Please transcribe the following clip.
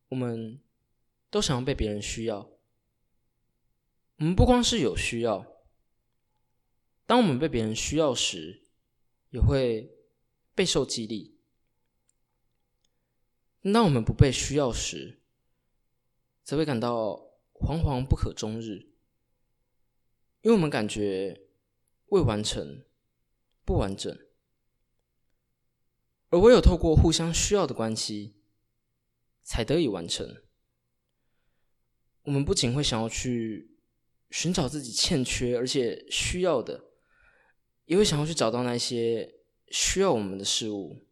我们都想要被别人需要。我们不光是有需要，当我们被别人需要时，也会备受激励。当我们不被需要时，则会感到惶惶不可终日，因为我们感觉未完成、不完整。而唯有透过互相需要的关系，才得以完成。我们不仅会想要去寻找自己欠缺而且需要的，也会想要去找到那些需要我们的事物。